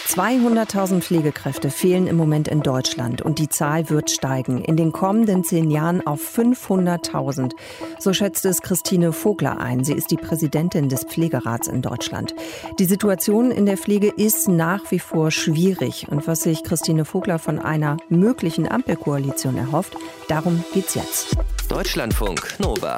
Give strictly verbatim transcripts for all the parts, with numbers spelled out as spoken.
zweihunderttausend Pflegekräfte fehlen im Moment in Deutschland und die Zahl wird steigen. In den kommenden zehn Jahren auf fünfhunderttausend. So schätzt es Christine Vogler ein. Sie ist die Präsidentin des Pflegerats in Deutschland. Die Situation in der Pflege ist nach wie vor schwierig. Und was sich Christine Vogler von einer möglichen Ampelkoalition erhofft, darum geht's jetzt. Deutschlandfunk Nova.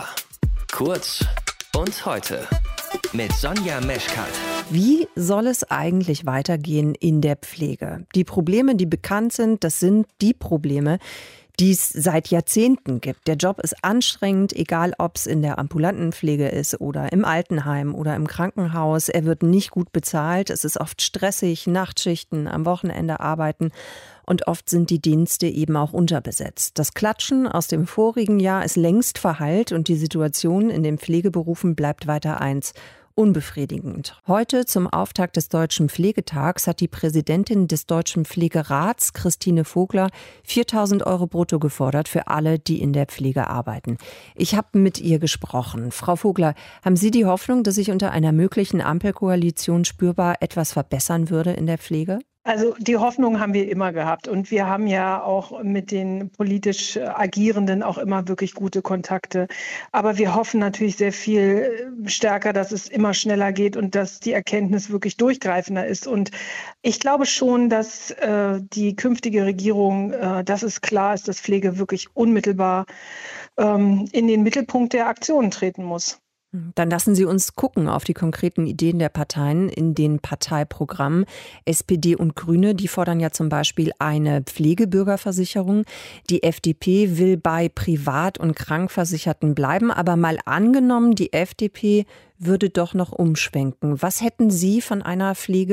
Kurz und heute. Mit Sonja Meschkat. Wie soll es eigentlich weitergehen in der Pflege? Die Probleme, die bekannt sind, das sind die Probleme, die es seit Jahrzehnten gibt. Der Job ist anstrengend, egal ob es in der ambulanten Pflege ist oder im Altenheim oder im Krankenhaus. Er wird nicht gut bezahlt. Es ist oft stressig, Nachtschichten, am Wochenende arbeiten. Und oft sind die Dienste eben auch unterbesetzt. Das Klatschen aus dem vorigen Jahr ist längst verheilt und die Situation in den Pflegeberufen bleibt weiter eins: unbefriedigend. Heute zum Auftakt des Deutschen Pflegetags hat die Präsidentin des Deutschen Pflegerats, Christine Vogler, viertausend Euro brutto gefordert für alle, die in der Pflege arbeiten. Ich habe mit ihr gesprochen. Frau Vogler, haben Sie die Hoffnung, dass sich unter einer möglichen Ampelkoalition spürbar etwas verbessern würde in der Pflege? Also die Hoffnung haben wir immer gehabt und wir haben ja auch mit den politisch Agierenden auch immer wirklich gute Kontakte. Aber wir hoffen natürlich sehr viel stärker, dass es immer schneller geht und dass die Erkenntnis wirklich durchgreifender ist. Und ich glaube schon, dass äh, die künftige Regierung, äh, dass es klar ist, dass Pflege wirklich unmittelbar ähm, in den Mittelpunkt der Aktionen treten muss. Dann lassen Sie uns gucken auf die konkreten Ideen der Parteien in den Parteiprogrammen. S P D und Grüne, die fordern ja zum Beispiel eine Pflegebürgerversicherung. Die F D P will bei Privat- und Krankversicherten bleiben. Aber mal angenommen, die F D P würde doch noch umschwenken. Was hätten Sie von einer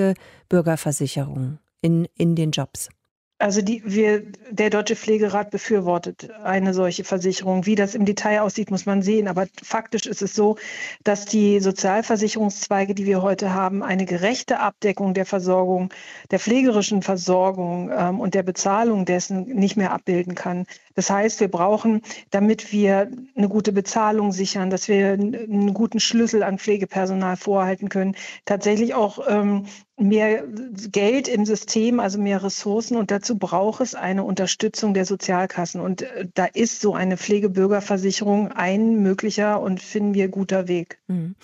Pflegebürgerversicherung in, in den Jobs? Also die, wir, der Deutsche Pflegerat befürwortet eine solche Versicherung. Wie das im Detail aussieht, muss man sehen. Aber faktisch ist es so, dass die Sozialversicherungszweige, die wir heute haben, eine gerechte Abdeckung der Versorgung, der pflegerischen Versorgung ähm, und der Bezahlung dessen nicht mehr abbilden kann. Das heißt, wir brauchen, damit wir eine gute Bezahlung sichern, dass wir einen guten Schlüssel an Pflegepersonal vorhalten können, tatsächlich auch ähm, mehr Geld im System, also mehr Ressourcen. Und dazu braucht es eine Unterstützung der Sozialkassen. Und äh, da ist so eine Pflegebürgerversicherung ein möglicher und finden wir guter Weg.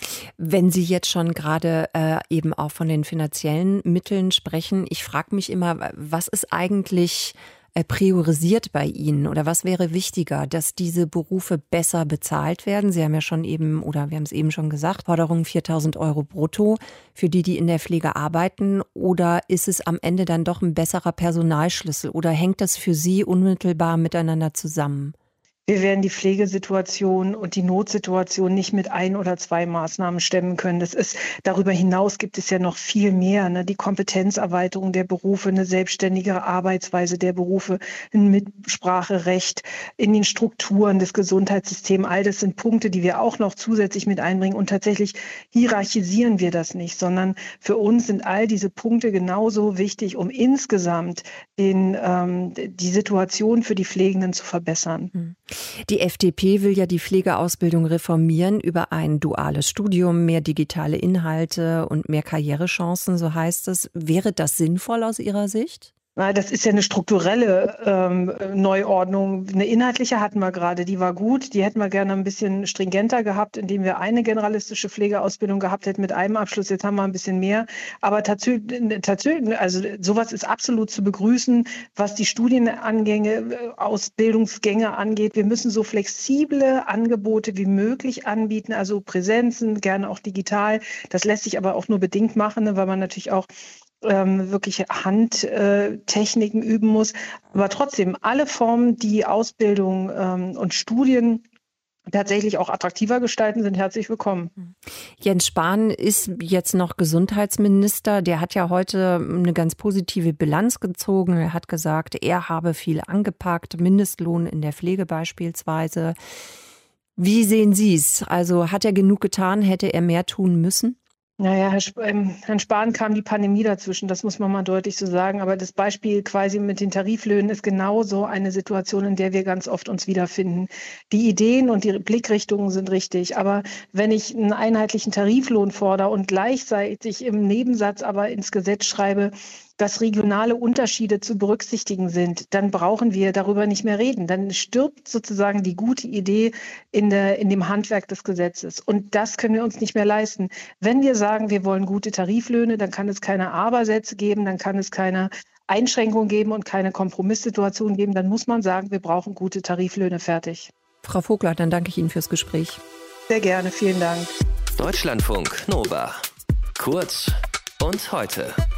Wenn Sie jetzt schon gerade äh, eben auch von den finanziellen Mitteln sprechen, ich frage mich immer, was ist eigentlich priorisiert bei Ihnen oder was wäre wichtiger, dass diese Berufe besser bezahlt werden? Sie haben ja schon eben, oder wir haben es eben schon gesagt, Forderung viertausend Euro brutto für die, die in der Pflege arbeiten, oder ist es am Ende dann doch ein besserer Personalschlüssel oder hängt das für Sie unmittelbar miteinander zusammen? Wir werden die Pflegesituation und die Notsituation nicht mit ein oder zwei Maßnahmen stemmen können. Das ist, darüber hinaus gibt es ja noch viel mehr, ne? Die Kompetenzerweiterung der Berufe, eine selbstständigere Arbeitsweise der Berufe, ein Mitspracherecht in den Strukturen des Gesundheitssystems. All das sind Punkte, die wir auch noch zusätzlich mit einbringen. Und tatsächlich hierarchisieren wir das nicht, sondern für uns sind all diese Punkte genauso wichtig, um insgesamt den, ähm, die Situation für die Pflegenden zu verbessern. Hm. Die F D P will ja die Pflegeausbildung reformieren über ein duales Studium, mehr digitale Inhalte und mehr Karrierechancen, so heißt es. Wäre das sinnvoll aus Ihrer Sicht? Das ist ja eine strukturelle ähm, Neuordnung. Eine inhaltliche hatten wir gerade, die war gut. Die hätten wir gerne ein bisschen stringenter gehabt, indem wir eine generalistische Pflegeausbildung gehabt hätten mit einem Abschluss. Jetzt haben wir ein bisschen mehr. Aber tatsächlich, also sowas ist absolut zu begrüßen, was die Studienangänge, Ausbildungsgänge angeht. Wir müssen so flexible Angebote wie möglich anbieten, also Präsenzen, gerne auch digital. Das lässt sich aber auch nur bedingt machen, weil man natürlich auch Ähm, wirklich Handtechniken äh, üben muss. Aber trotzdem, alle Formen, die Ausbildung ähm, und Studien tatsächlich auch attraktiver gestalten, sind herzlich willkommen. Jens Spahn ist jetzt noch Gesundheitsminister. Der hat ja heute eine ganz positive Bilanz gezogen. Er hat gesagt, er habe viel angepackt, Mindestlohn in der Pflege beispielsweise. Wie sehen Sie es? Also hat er genug getan? Hätte er mehr tun müssen? Naja, Herr, Sp- ähm, Herrn Spahn kam die Pandemie dazwischen, das muss man mal deutlich so sagen. Aber das Beispiel quasi mit den Tariflöhnen ist genauso eine Situation, in der wir ganz oft uns wiederfinden. Die Ideen und die Blickrichtungen sind richtig. Aber wenn ich einen einheitlichen Tariflohn fordere und gleichzeitig im Nebensatz aber ins Gesetz schreibe, dass regionale Unterschiede zu berücksichtigen sind, dann brauchen wir darüber nicht mehr reden. Dann stirbt sozusagen die gute Idee in, der, in dem Handwerk des Gesetzes. Und das können wir uns nicht mehr leisten. Wenn wir sagen, wir wollen gute Tariflöhne, dann kann es keine Aber-Sätze geben, dann kann es keine Einschränkungen geben und keine Kompromisssituation geben. Dann muss man sagen, wir brauchen gute Tariflöhne, fertig. Frau Vogler, dann danke ich Ihnen fürs Gespräch. Sehr gerne, vielen Dank. Deutschlandfunk Nova. Kurz und heute.